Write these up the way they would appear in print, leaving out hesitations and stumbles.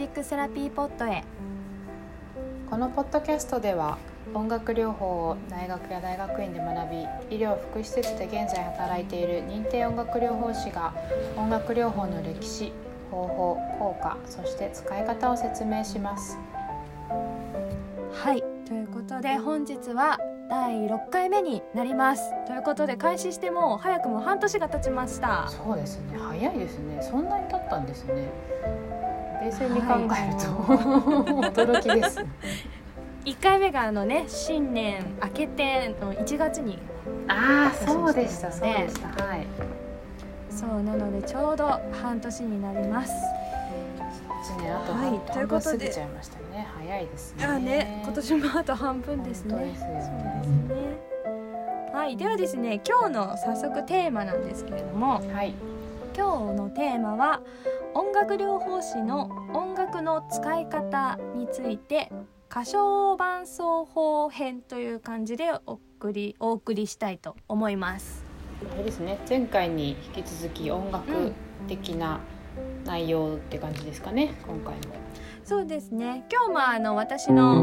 ックセラピーポットへ。 このポッドキャストでは音楽療法を大学や大学院で学び、医療福祉施設で現在働いている認定音楽療法士が音楽療法の歴史、方法、効果、そして使い方を説明します。 はい、ということで本日は第6回目になります。ということで開始しても早くも半年が経ちました。 そうですね、早いですね。そんなに経ったんですね。冷静に考えると、驚きです。 1回目が新年明けての1月にそうでしたそうでした。はい。 そうなのでちょうど半年になります。 1年あと半分過ぎちゃいましたね。早いですね。 今年もあと半分ですね。 本当ですよね。 そうですね。はい、ではですね、今日の早速テーマなんですけれども、 はい、 今日のテーマは音楽療法士の音楽の使い方について歌唱伴奏法編という感じでお送りしたいと思います。 あれですね、前回に引き続き音楽的な内容って感じですかね、今回も。 そうですね、今日も私の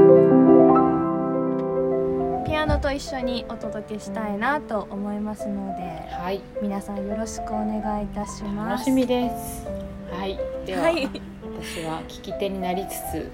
ピアノと一緒にお届けしたいなと思いますので、 はい、 皆さんよろしくお願いいたします。 楽しみです。はい、では、 はい、 私は聞き手になりつつ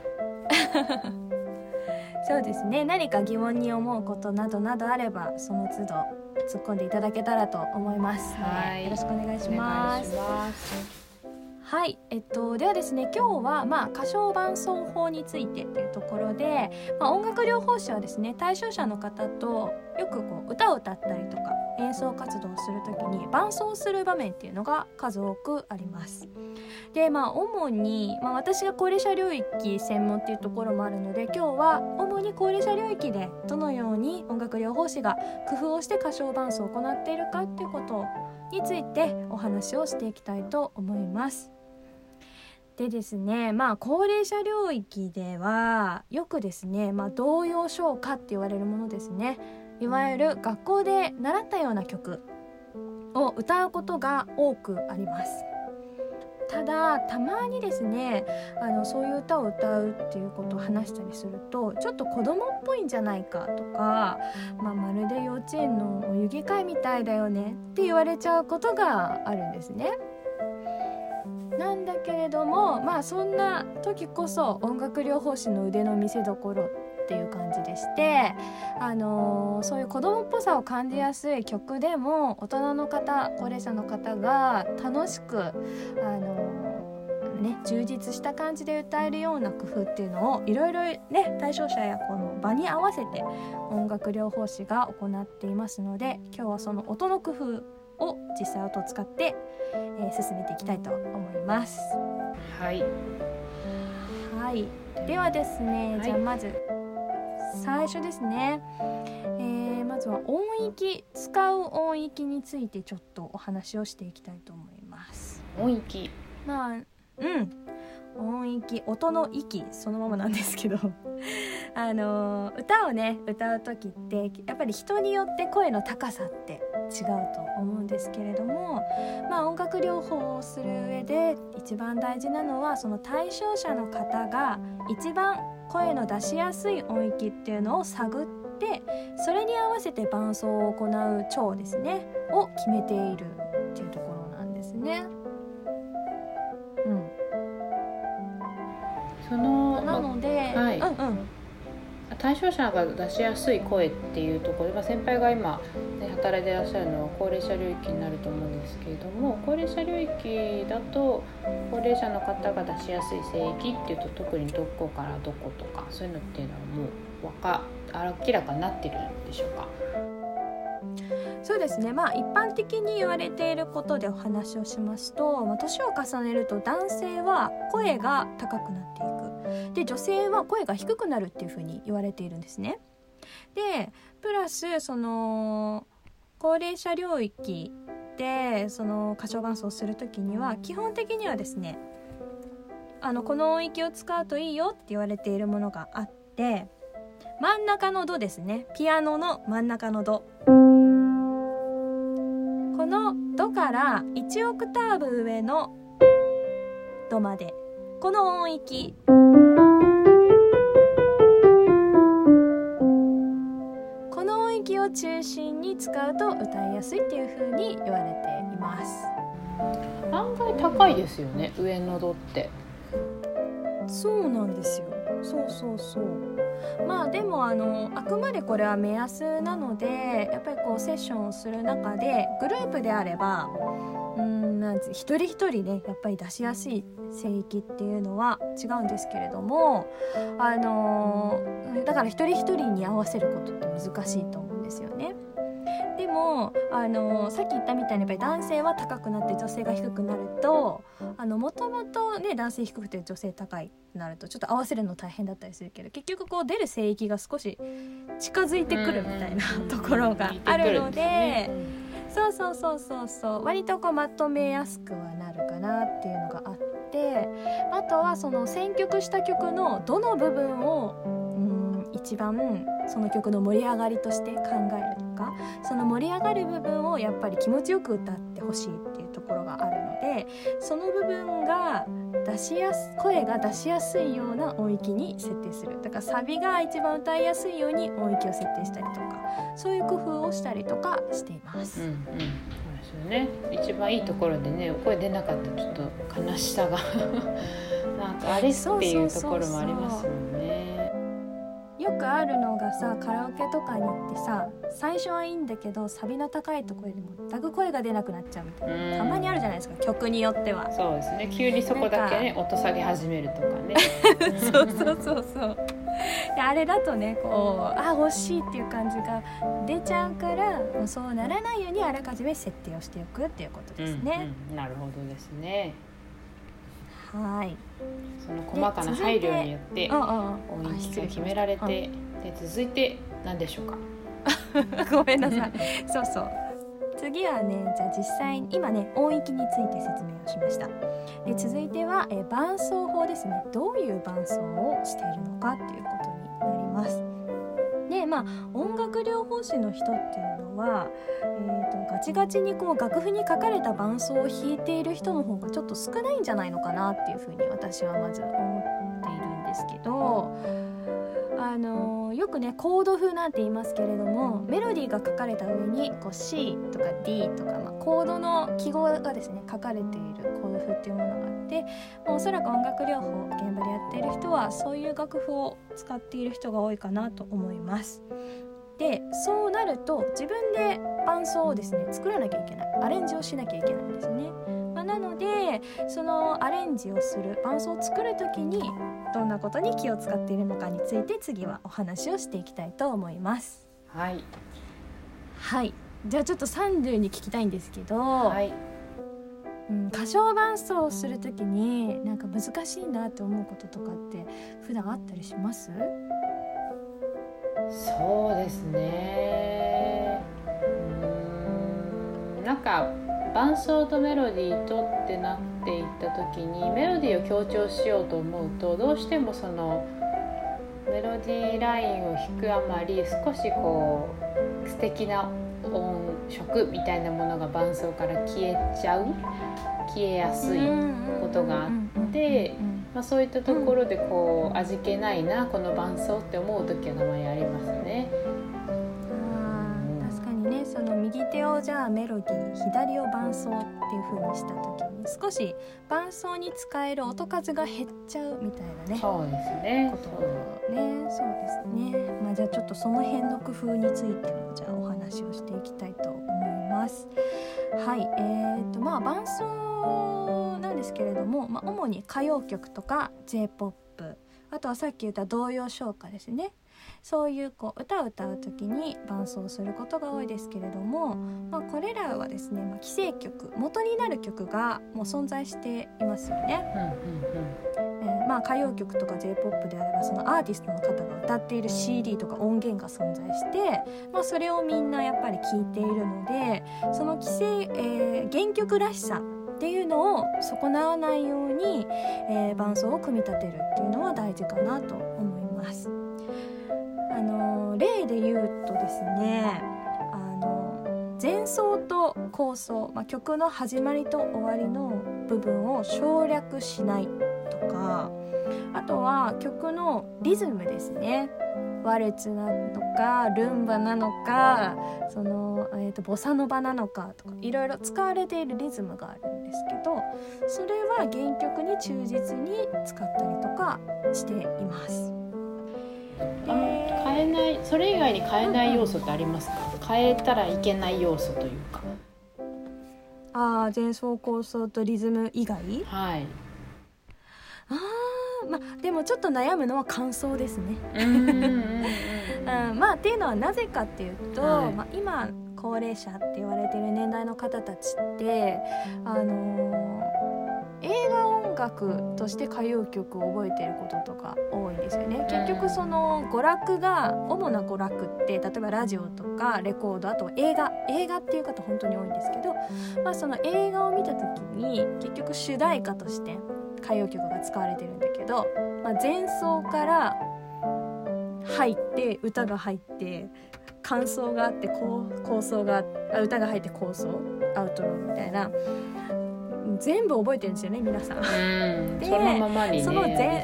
そうですね、何か疑問に思うことなどなどあればその都度突っ込んでいただけたらと思います。 はい、 よろしくお願いします。はい、ではですね、今日は歌唱伴奏法についてというところで、音楽療法士はですね、対象者の方とよく歌を歌ったりとか演奏活動をするときに伴奏する場面っていうのが数多くあります。で、主に、私が高齢者領域専門っていうところもあるので、今日は主に高齢者領域でどのように音楽療法士が工夫をして歌唱伴奏を行っているかっていうことについてお話をしていきたいと思います。でですね、高齢者領域ではよくですね、童謡唱歌って言われるものですね、いわゆる学校で習ったような曲を歌うことが多くあります。ただたまにですね、そういう歌を歌うっていうことを話したりすると、ちょっと子供っぽいんじゃないかとか、まるで幼稚園のお遊戯会みたいだよねって言われちゃうことがあるんですね。なんだけれども、そんな時こそ音楽療法士の腕の見せ所っていう感じでして、そういう子供っぽさを感じやすい曲でも大人の方、高齢者の方が楽しく充実した感じで歌えるような工夫っていうのをいろいろ対象者やこの場に合わせて音楽療法士が行っていますので、今日はその音の工夫を実際音を使って、進めていきたいと思います。 はい、 はい、ではですね、じゃあまず最初ですね、まずは音域、使う音域についてちょっとお話をしていきたいと思います。 音域、 音域、音の域そのままなんですけど歌をね歌う時ってやっぱり人によって声の高さって違うと思うんですけれども、音楽療法をする上で一番大事なのは、その対象者の方が一番声の出しやすい音域っていうのを探って、それに合わせて伴奏を行う調ですねを決めているっていうところなんですね。なので、 対象者が出しやすい声っていうところで、先輩が今、働いていらっしゃるのは高齢者領域になると思うんですけれども、高齢者領域だと高齢者の方が出しやすい声域っていうと、特にどこからどことかそういうのっていうのはもう明らかになってるんでしょうか。 そうですね、一般的に言われていることでお話をしますと、年を重ねると男性は声が高くなっていく、で女性は声が低くなるっていうふうに言われているんですね。でプラスその高齢者領域でその歌唱伴奏をするときには基本的にはですね、この音域を使うといいよって言われているものがあって、真ん中のドですね、ピアノの真ん中のド、このドから1オクターブ上のドまでこの音域、この音域を中心に使うと歌いやすいっていう風に言われています。 案外高いですよね、上のドって。 そうなんですよ。そうまあでもあくまでこれは目安なので、やっぱりこうセッションをする中でグループであれば一人一人ねやっぱり出しやすい声域っていうのは違うんですけれども、だから一人一人に合わせることって難しいと思うんですよね。でもさっき言ったみたいにやっぱり男性は高くなって女性が低くなるともともとね男性低くて女性高いとなるとちょっと合わせるの大変だったりするけど、結局こう出る声域が少し近づいてくるみたいなところがあるので、そう割とこうまとめやすくはなるかなっていうのがあって、あとはその選曲した曲のどの部分を一番その曲の盛り上がりとして考えるとか、その盛り上がる部分をやっぱり気持ちよく歌ってほしいっていうところがあるので、その部分が声が出しやすいような音域に設定する。だからサビが一番歌いやすいように音域を設定したりとか、そういう工夫をしたりとかしています。 そうですよね。一番いいところでね声出なかったらちょっと悲しさがなんかあれっていうところもありますよね。 よくあるのがさ、カラオケとかに行ってさ、最初はいいんだけどサビの高いところでも全く声が出なくなっちゃうみたいな、たまにあるじゃないですか、曲によっては。 そうですね、急にそこだけね音下げ始めるとかねそうであれだとねこう惜しいっていう感じが出ちゃうから、もうそうならないようにあらかじめ設定をしておくっていうことですね。 なるほどですね。 はい。 その細かな配慮によって音域が決められて、で続いて何でしょうかごめんなさいそう次はね、じゃあ実際に今ね音域について説明をしました。で続いては伴奏法ですね。どういう伴奏をしているのかっていうことになります。で音楽療法士の人っていうのは、ガチガチにこう楽譜に書かれた伴奏を弾いている人の方がちょっと少ないんじゃないのかなっていうふうに私はまず思っているんですけど、よくねコード譜なんて言いますけれども、メロディーが書かれた上にこう C とか D とか、コードの記号がですね書かれているコード譜っていうものがあって、おそらく音楽療法現場でやっている人はそういう楽譜を使っている人が多いかなと思います。でそうなると自分で伴奏をですね作らなきゃいけない、アレンジをしなきゃいけないんですね。なのでそのアレンジをする伴奏を作る時にどんなことに気を使っているのかについて次はお話をしていきたいと思います。はい、じゃあちょっとサンドゥに聞きたいんですけど、歌唱伴奏をする時になんか難しいなって思うこととかって普段あったりします？ そうですね、なんか伴奏とメロディーとってなっていった時にメロディーを強調しようと思うと、どうしてもそのメロディーラインを弾くあまり少しこう素敵な音色みたいなものが伴奏から消えやすいことがあって、そういったところでこう味気ないなこの伴奏って思う時はたまにありますね。 確かにね、その右手をじゃあメロディー、左を伴奏っていう風にした時に少し伴奏に使える音数が減っちゃうみたいなね。 そうですね。 そうですね。じゃあちょっとその辺の工夫についてもじゃあお話をしていきたいと思います。はい、伴奏なんですけれども、主に歌謡曲とか J-POP、 あとはさっき言った童謡唱歌ですね。そういう歌を歌う時に伴奏することが多いですけれども、これらはですね、既成曲、元になる曲がもう存在していますよね。歌謡曲とか J-POP であればそのアーティストの方が歌っている CD とか音源が存在して、それをみんなやっぱり聴いているので、その原曲らしさっていうのを損なわないように、伴奏を組み立てるっていうのは大事かなと思います。例で言うとですね、前奏と後奏、曲の始まりと終わりの部分を省略しないとか、あとは曲のリズムですね。ワルツなのかルンバなのかその、ボサノバなのかとかいろいろ使われているリズムがあるんですけど、それは原曲に忠実に使ったりとかしています。 変えない、それ以外に変えない要素ってありますか？変えたらいけない要素というか。 前奏後奏とリズム以外？ はい。 でもちょっと悩むのは感想ですね。っていうのはなぜかっていうと、今高齢者って言われている年代の方たちって映画音楽として歌謡曲を覚えていることとか多いんですよね。結局その娯楽が主な娯楽って例えばラジオとかレコード、あと映画っていう方本当に多いんですけど、その映画を見た時に結局主題歌として歌謡曲が使われてるんだけど、前奏から入って歌が入って間奏があって構想が歌が入って構想アウトロみたいな全部覚えてるんですよね皆さん。 でそのままにね、 その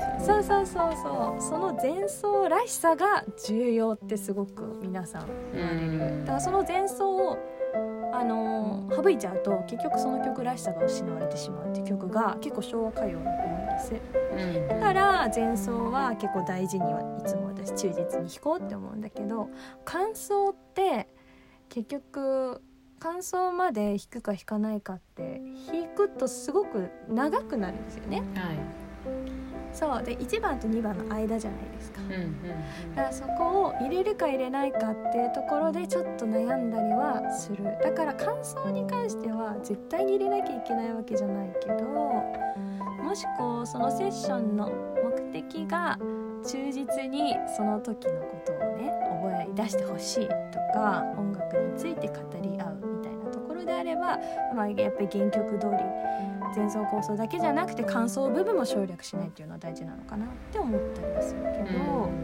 前奏らしさが重要ってすごく皆さん言われる。だからその前奏を省いちゃうと結局その曲らしさが失われてしまうっていう曲が結構昭和歌謡に多いんです。だから前奏は結構大事にはいつも私忠実に弾こうって思うんだけど、間奏って結局間奏まで弾くか弾かないかって弾くとすごく長くなるんですよね。そうで1番と2番の間じゃないですか。だからそこを入れるか入れないかっていうところでちょっと悩んだりはする。だから間奏に関しては絶対に入れなきゃいけないわけじゃないけど、もしそのセッションの目的が忠実にその時のことをね覚え出してほしいとか音楽について語り合うみたいなところであれば、やっぱり原曲通り前奏後奏だけじゃなくて間奏部分も省略しないっていうのは大事なのかなって思ったりはするけど、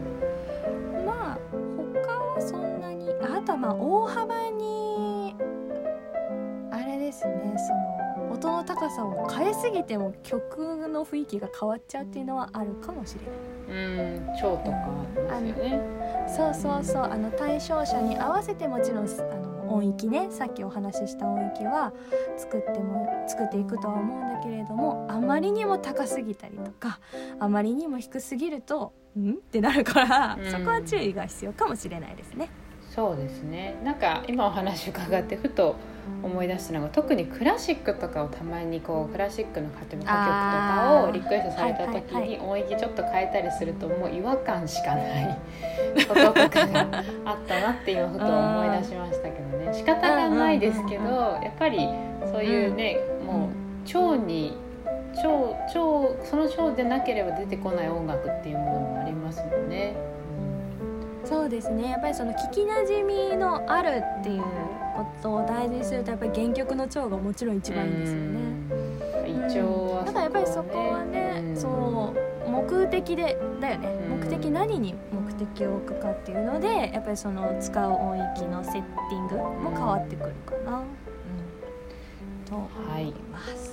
他はそんなにあとは大幅にあれですね、その音の高さを変えすぎても曲の雰囲気が変わっちゃうっていうのはあるかもしれない。 調とかありますよね。 そう対象者に合わせてもちろん音域ね、さっきお話しした音域は作っていくとは思うんだけれども、あまりにも高すぎたりとかあまりにも低すぎるとってなるから、そこは注意が必要かもしれないですね。 そうですね。なんか今お話伺ってふと思い出したのが、特にクラシックとかをたまにクラシックの歌曲とかをリクエストされた時に音域ちょっと変えたりするともう違和感しかないこととかがあったなって今ふと思い出しましたけどね。仕方がないですけど、やっぱりそういうね、もうその腸でなければ出てこない音楽っていうものもありますもんね。 そうですね。やっぱりその聞きなじみのあるっていうことを大事にすると、やっぱり原曲の調がもちろん一番いいんですよね。だからやっぱりそこはね、そう目的だよね。目的何に目的を置くかっていうので、やっぱりその使う音域のセッティングも変わってくるかな、と思います。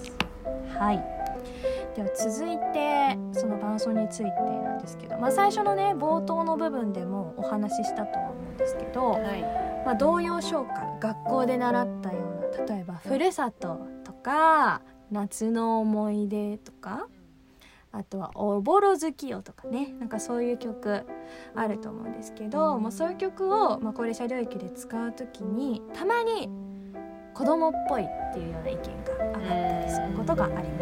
では続いてその伴奏についてなんですけど、最初のね冒頭の部分でもお話ししたとは思うんですけど、童謡唱歌、学校で習ったような、例えばふるさととか夏の思い出とか、あとはおぼろ月夜とかね、なんかそういう曲あると思うんですけど、もうそういう曲を高齢者領域で使うときにたまに子供っぽいっていうような意見が上がったりすることがあります。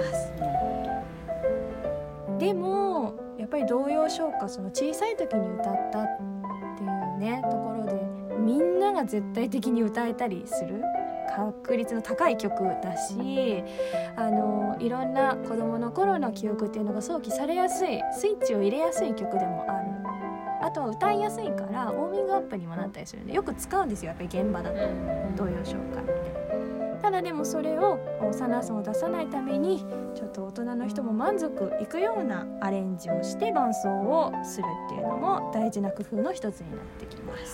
でもやっぱり童謡唱歌、その小さい時に歌ったっていうねところでみんなが絶対的に歌えたりする確率の高い曲だし、いろんな子供の頃の記憶っていうのが想起されやすい、スイッチを入れやすい曲でもある。あとは歌いやすいからウォーミングアップにもなったりするんでよく使うんですよ、やっぱり現場だと童謡唱歌って。ただでもそれを幼さを出さないためにちょっと大人の人も満足いくようなアレンジをして伴奏をするっていうのも大事な工夫の一つになってきます。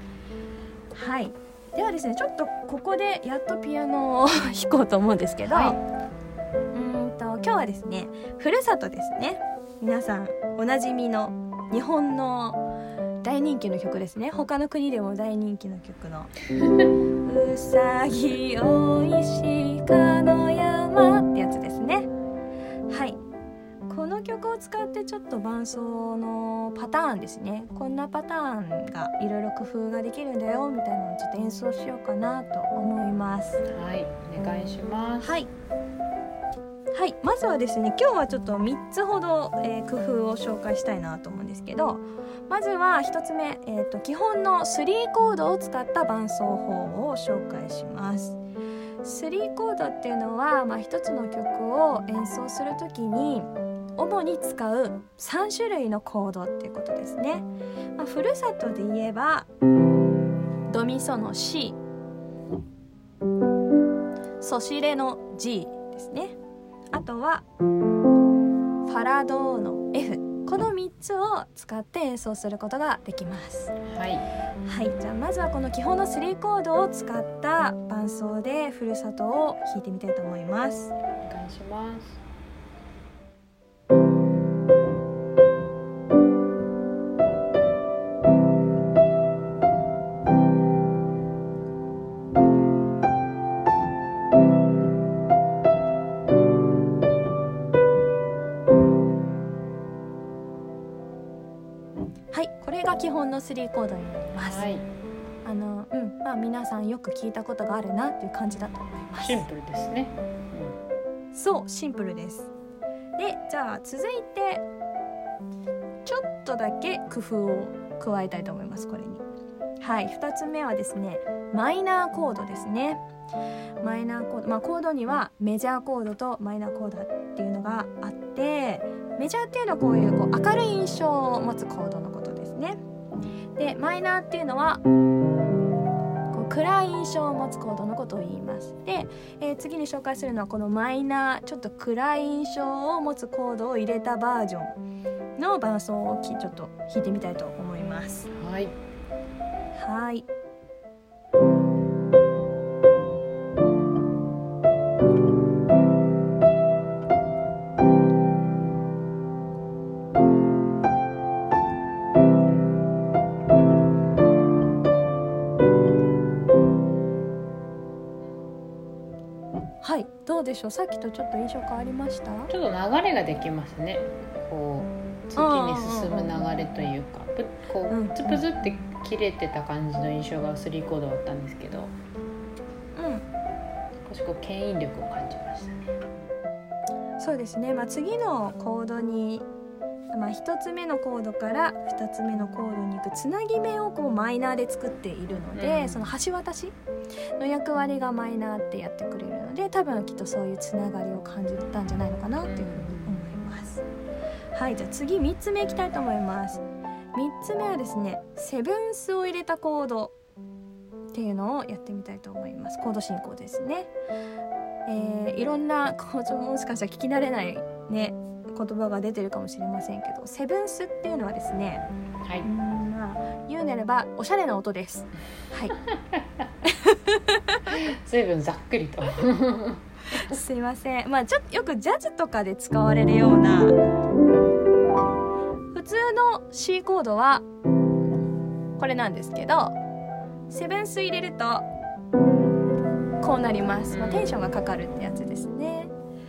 ではですね、ちょっとここでやっとピアノを弾こうと思うんですけど、 今日はですねふるさとですね。皆さんおなじみの日本の大人気の曲ですね。他の国でも大人気の曲のうさぎおいしかの山ってやつですね。はい、この曲を使ってちょっと伴奏のパターンですね、こんなパターンがいろいろ工夫ができるんだよみたいなのをちょっと演奏しようかなと思います。 はい、お願いします。 はい、はい、まずはですね今日はちょっと3つほど、工夫を紹介したいなと思うんですけど、まずは1つ目、基本の3コードを使った伴奏法を紹介します。3コードっていうのは、1つの曲を演奏するときに主に使う3種類のコードっていうことですね。ふるさとで言えばドミソの C、 ソシレの G ですね。あとはファラドーの F、 この3つを使って演奏することができます。 はい、 はい、じゃあまずはこの基本の3コードを使った伴奏でふるさとを弾いてみたいと思います。 お願いします。 はい、これが基本の3コードになります。 はい、 皆さんよく聞いたことがあるなっていう感じだと思います。 シンプルですね。 そうシンプルです。でじゃあ続いてちょっとだけ工夫を加えたいと思います。これにはい、2つ目はですねマイナーコードですね。マイナーコード、コードにはメジャーコードとマイナーコードっていうのがあって、メジャーっていうのはこういう明るい印象を持つコードのことですね。でマイナーっていうのは暗い印象を持つコードのことを言います。で、次に紹介するのはこのマイナー、ちょっと暗い印象を持つコードを入れたバージョンの伴奏をちょっと弾いてみたいと思います。 はい、 はい、はい、どうでしょう。さっきとちょっと印象変わりました？ ちょっと流れができますね。こう次に進む流れというか、こうプツプツって切れてた感じの印象が3コードだったんですけど、少しこう牽引力を感じましたね。 そうですね、次のコードに、1つ目のコードから2つ目のコードに行くつなぎ目をこうマイナーで作っているので、その橋渡しの役割がマイナーってやってくれるので、多分きっとそういうつながりを感じたんじゃないのかなっていうふうに思います。はい、じゃあ次3つ目いきたいと思います。3つ目はですねセブンスを入れたコードっていうのをやってみたいと思います。コード進行ですね。いろんなもしかしたら聞き慣れないね言葉が出てるかもしれませんけど、セブンスっていうのはですね、 はい、 言うなればおしゃれな音です。はい随分ざっくりとすいません、ちょっとよくジャズとかで使われるような普通の C コードはこれなんですけど、セブンス入れるとこうなります。テンションがかかるってやつですね。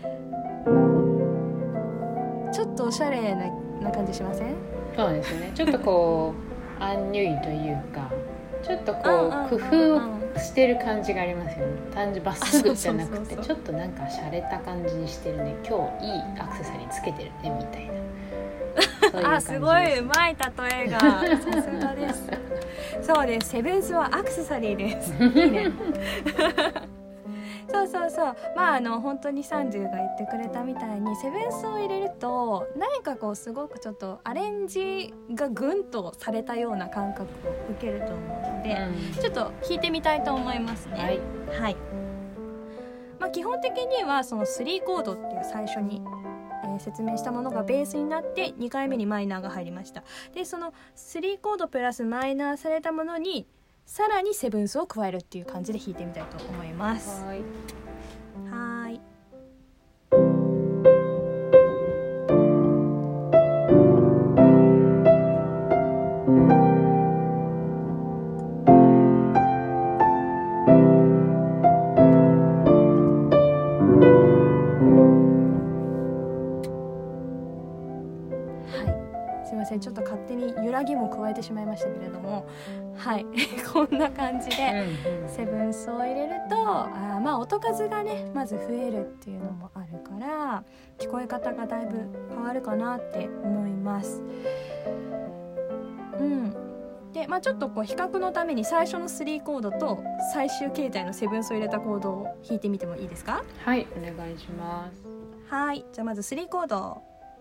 ちょっとおしゃれな感じしません？ そうですね、ちょっとこうアンニュイというか、ちょっとこう工夫をしてる感じがありますよね。単純まっすぐじゃなくて、ちょっとなんか洒落た感じにしてるね、今日いいアクセサリーつけてるねみたいな、そういう感じです。 すごいうまい例えがさすがです。そうです、セブンスはアクセサリーです。いいねそう本当にサンジュが言ってくれたみたいに、セブンスを入れると何かこうすごくちょっとアレンジがぐんとされたような感覚を受けると思うので、ちょっと弾いてみたいと思いますね。はい、基本的にはその3コードっていう最初に説明したものがベースになって2回目にマイナーが入りました。でその3コードプラスマイナーされたものにさらにセブンスを加えるっていう感じで弾いてみたいと思います。はい。 けれども、はいこんな感じでセブンスを入れるとまあ音数がねまず増えるっていうのもあるから聞こえ方がだいぶ変わるかなって思います。で、ちょっとこう比較のために最初の3コードと最終形態のセブンスを入れたコードを弾いてみてもいいですか？ はい、お願いします。 はい、じゃあまず3コード。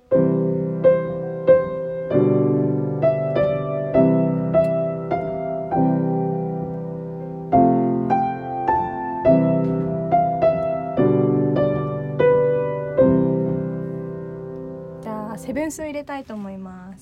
じゃあセブンスを入れたいと思います。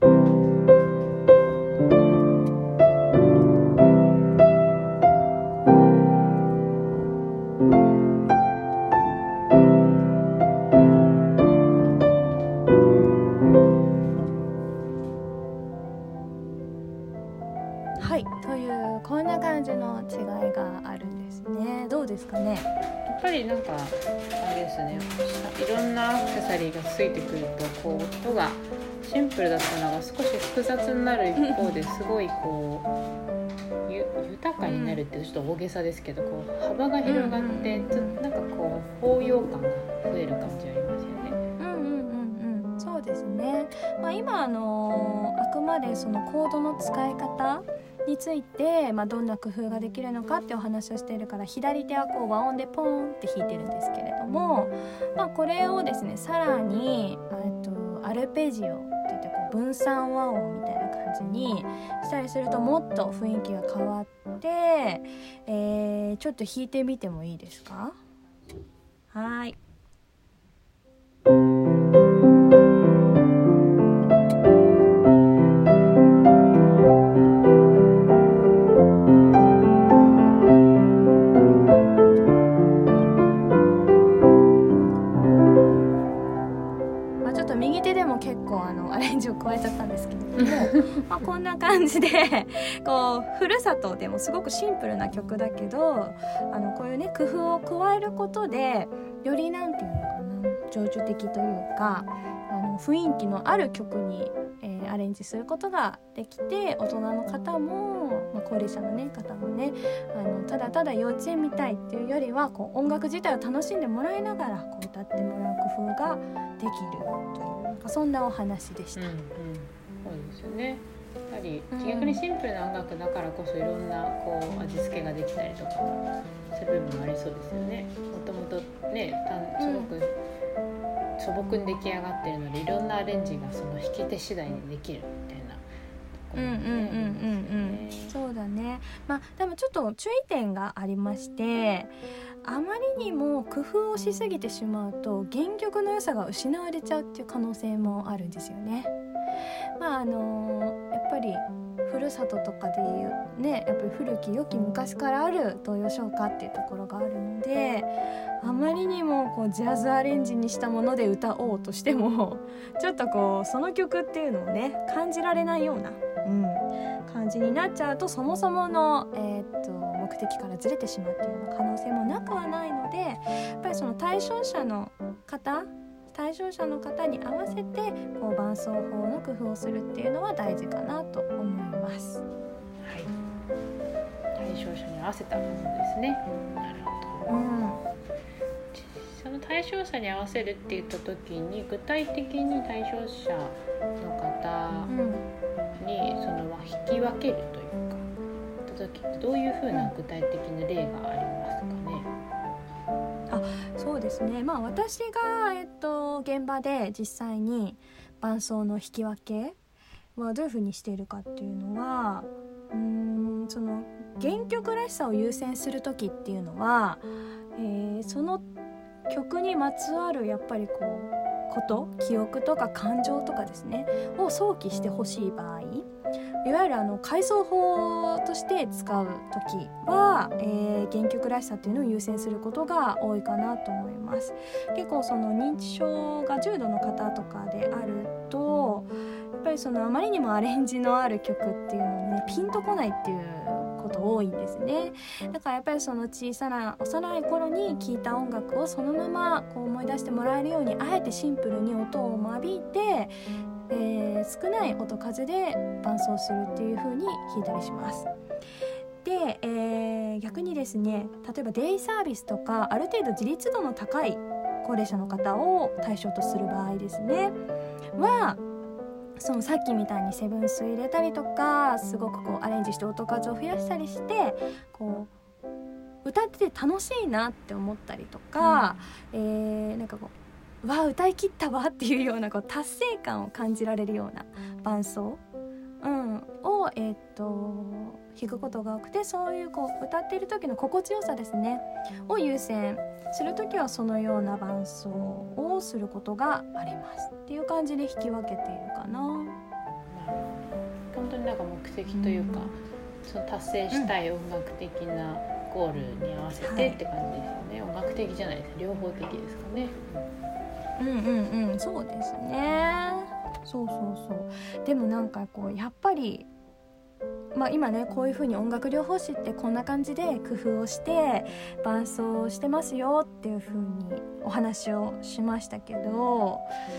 はい、というこんな感じの違いがあるんですね。どうですかね？ やっぱりなんかあれですね、いろんなアクセサリーがついてくるとこう音がシンプルだったのが少し複雑になる一方ですごいこう豊かになるってちょっと大げさですけど、こう幅が広がってちょっとなんかこう包容感が増える感じありますよね。 そうですね。今あくまでそのコードの使い方について、どんな工夫ができるのかってお話をしているから、左手はこう和音でポーンって弾いてるんですけれども、これをですねさらにアルペジオって言ってこう分散和音みたいな感じにしたりするともっと雰囲気が変わって、ちょっと弾いてみてもいいですか？はい。ちょっと右手でも結構アレンジを加えちゃったんですけれどもこんな感じでこうふるさとでもすごくシンプルな曲だけどこういうね工夫を加えることでよりなんていうのかな情緒的というか雰囲気のある曲に、アレンジすることができて、大人の方も、高齢者の、方もねただただ幼稚園みたいっていうよりはこう音楽自体を楽しんでもらいながらこう歌ってもらう工夫ができるというそんなお話でした。 そうですよね。やはり逆にシンプルな音楽だからこそいろんなこう味付けができたりとかそういう部分もありそうですよね。もともとねすごく素朴に出来上がってるのでいろんなアレンジがその弾き手次第にできるみたいな。 そうだね。でもちょっと注意点がありまして、あまりにも工夫をしすぎてしまうと原曲の良さが失われちゃうっていう可能性もあるんですよね。やっぱりふるさととかでいうね、やっぱり古き良き昔からある童謡唱歌っていうところがあるので、あまりにもこうジャズアレンジにしたもので歌おうとしてもちょっとこうその曲っていうのをね感じられないような、感じになっちゃうとそもそもの、目的からずれてしまうっていうような可能性もなくはないので、やっぱりその対象者の方に合わせてこう伴奏法の工夫をするっていうのは大事かなと思います。 はい、対象者に合わせたものですね。なるほど。その対象者に合わせるって言った時に具体的に対象者の方にその引き分けるというか、った時ってどういうふうな具体的な例がありますかね？ そうですね、私が、現場で実際に伴奏の引き分けはどういうふうにしているかっていうのは、その原曲らしさを優先する時っていうのは、その曲にまつわるやっぱり記憶とか感情とかですねを想起してほしい場合、いわゆる階奏法として使う時は、原曲らしさっていうのを優先することが多いかなと思います。結構その認知症が重度の方とかであると、やっぱりそのあまりにもアレンジのある曲っていうのにねピンとこないっていうこと多いんですね。だからやっぱりその小さな幼い頃に聴いた音楽をそのまま思い出してもらえるように、あえてシンプルに音を間引いて少ない音数で伴奏するっていう風に弾いたりします。で、逆にですね、例えばデイサービスとかある程度自立度の高い高齢者の方を対象とする場合ですねは、そのさっきみたいにセブンス入れたりとか、すごくこうアレンジして音数を増やしたりして、こう歌ってて楽しいなって思ったりとか、なんかこうわ歌い切ったわっていうようなこう達成感を感じられるような伴奏、を弾くことが多くて、そういうこう歌っている時の心地よさですねを優先する時はそのような伴奏をすることがありますっていう感じで弾き分けているかな。 本当になんか目的というか、その達成したい音楽的なゴールに合わせてって感じですよね、音楽的じゃないです、両方的ですかね。 そうですね。そうでもなんかこうやっぱり今ねこういう風に音楽療法士ってこんな感じで工夫をして伴奏してますよっていう風にお話をしましたけど、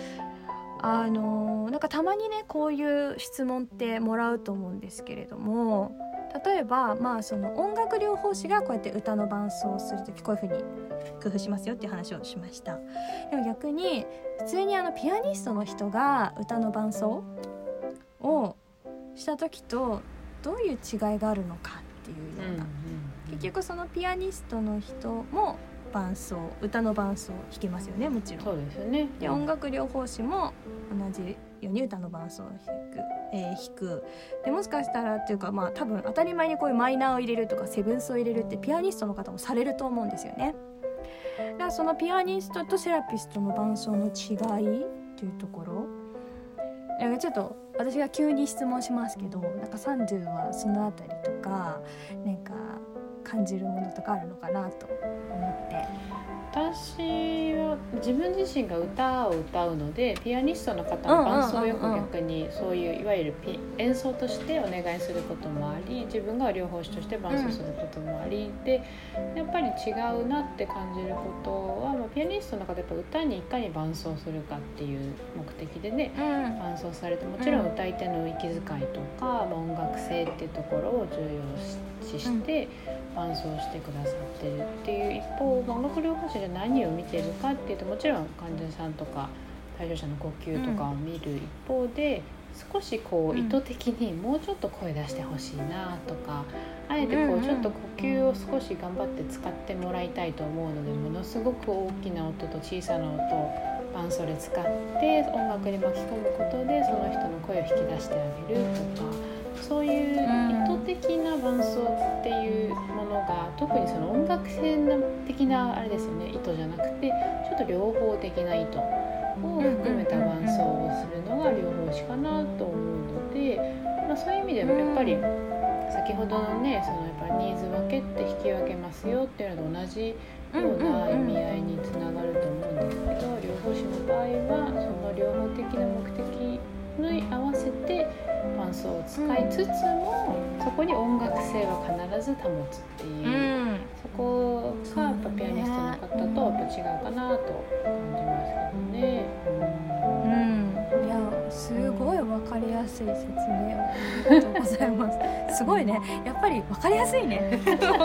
なんかたまにねこういう質問ってもらうと思うんですけれども、例えばその音楽療法士がこうやって歌の伴奏をするときこういう風に工夫しますよっていう話をしました。でも逆に普通にピアニストの人が歌の伴奏をした時とどういう違いがあるのかっていうような、結局そのピアニストの人も歌の伴奏を弾けますよね、もちろん。 そうですよね。 で音楽療法士も同じように歌の伴奏を弾く。でもしかしたらっていうか多分当たり前にこういうマイナーを入れるとかセブンスを入れるってピアニストの方もされると思うんですよね。だからそのピアニストとセラピストの伴奏の違いっていうところ、ちょっと私が急に質問しますけど、なんかサンドゥはそのあたりとかなんか感じるものとかあるのかなと思って。 私は自分自身が歌を歌うので、ピアニストの方の伴奏をよく逆にそういういわゆる演奏としてお願いすることもあり、自分が療法士として伴奏することもあり、でやっぱり違うなって感じることは、ピアニストの方やっぱ歌にいかに伴奏するかっていう目的でね、伴奏されて、もちろん歌い手の息遣いとか、音楽性っていうところを重要視して伴奏してくださってるっていう一方、音楽療法士で何を見てるかっていうと、もちろん患者さんとか対象者の呼吸とかを見る一方で、少しこう意図的にもうちょっと声出してほしいなとか、あえてこうちょっと呼吸を少し頑張って使ってもらいたいと思うので、ものすごく大きな音と小さな音を伴奏で使って音楽に巻き込むことでその人の声を引き出してあげるとか、そういう意図的な伴奏っていうものが、特にその音楽性的なあれですよね、意図じゃなくてちょっと両方的な意図を含めた伴奏をするのが療法士かなと思うので、そういう意味でもやっぱり先ほどのね、そのやっぱりニーズ分けって引き分けますよっていうのと同じような意味合いにつながると思うんですけど、療法士の場合はその療法的な目的に合わせて伴奏を使いつつも、そこに音楽性は必ず保つっていう、そこがやっぱピアニストの方とやっぱ違うかなと感じますけどね。 いやすごい分かりやすい説明をありがとうございますすごいね、やっぱり分かりやすいね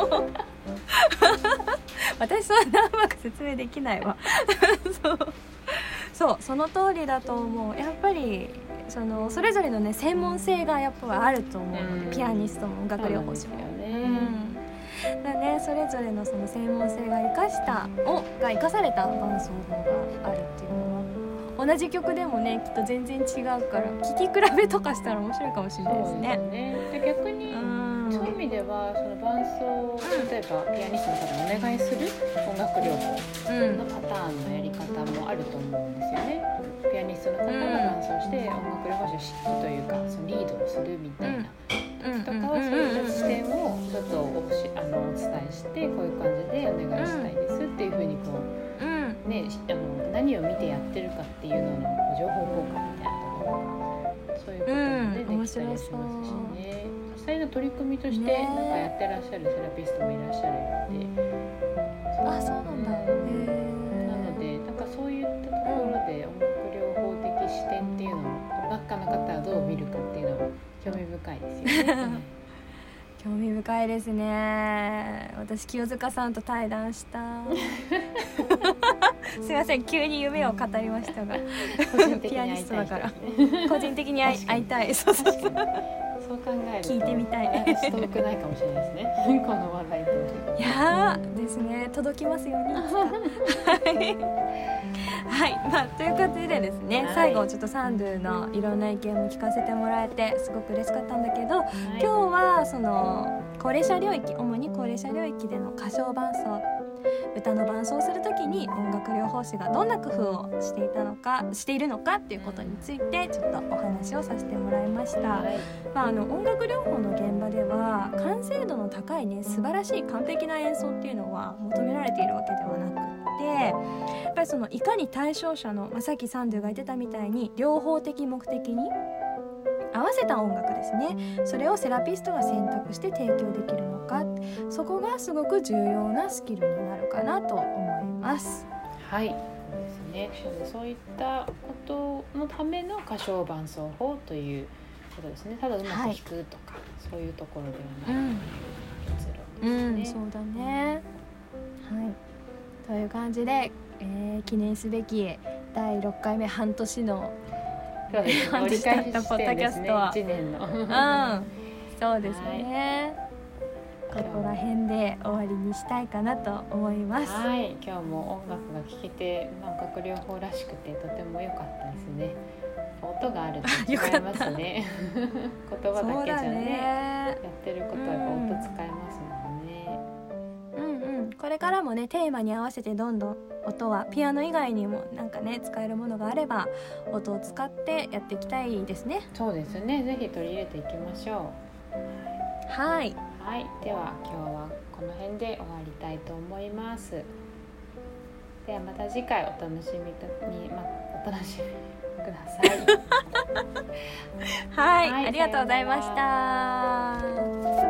私そんなうまく説明できないわその通りだと思う。やっぱりそれぞれのね専門性がやっぱあると思うので、ピアニストも音楽療法士もだね、それぞれのその専門性が生かされた伴奏法があるっていうのは、同じ曲でもねきっと全然違うから聴き比べとかしたら面白いかもしれないですね。 そうですね。で逆にそういう意味ではその伴奏を例えばピアニストの方にお願いする音楽療法のパターンのやり方もあると思うんですよね。ピアニストの方が伴奏して音楽療法士を指揮というかそのリードをするみたいな時とかは、そういった視点をちょっとお伝えして、こういう感じでお願いしたいですっていうふうにこう、ね、何を見てやってるかっていうのの情報交換みたいなところがそういうこともね、できたりしますしね。実際の取り組みとしてなんかやってらっしゃるセラピストもいらっしゃるので、 そうなんだ。 なのでなんかそういったところで音楽療法的視点っていうのを音方はどう見るかっていうのも興味深いですよね。 興味深いですね。私清塚さんと対談したすいません急に夢を語りましたがピアニストだから個人的に会いたい。そうそうそうそう考えると聞いてみたい遠くないかもしれないですねこの話題といやーですね届きますようにはい、まあ、ということでですね、はい、最後ちょっとサンドゥのいろんな意見も聞かせてもらえてすごく嬉しかったんだけど、はい、今日はその高齢者領域、主に高齢者領域での歌唱伴奏、歌の伴奏をするときに音楽療法士がどんな工夫をしているのかっていうことについてちょっとお話をさせてもらいました、はい。まあ、音楽療法の現場では完成度の高いね素晴らしい完璧な演奏っていうのは求められているわけではなくて、やっぱりそのいかに対象者の、さっきサンドゥが言ってたみたいに両方的目的に合わせた音楽ですね、それをセラピストが選択して提供できるのか、そこがすごく重要なスキルになるかなと思います。 はい、そうですね。そういったことのための歌唱伴奏法ということですね。ただうまく弾くとか、はい、そういうところではないという結論ですね。 そうだね。はい。という感じで、記念すべき第6回目半年のそうですね、 半年経ったポッドキャストは 1年のそうですね、はい、ここら辺で終わりにしたいかなと思います。 はい、今日も音楽が聴けて音楽療法らしくてとても良かったですね。音があると違いますね言葉だけじゃ ねやってることはやっぱ音使いますもんね。 これからもねテーマに合わせてどんどん音はピアノ以外にもなんかね使えるものがあれば音を使ってやっていきたいですね。 そうですね、ぜひ取り入れていきましょう。はい、 はい、では今日はこの辺で終わりたいと思います。ではまた次回お楽しみくださいはい、ありがとうございました。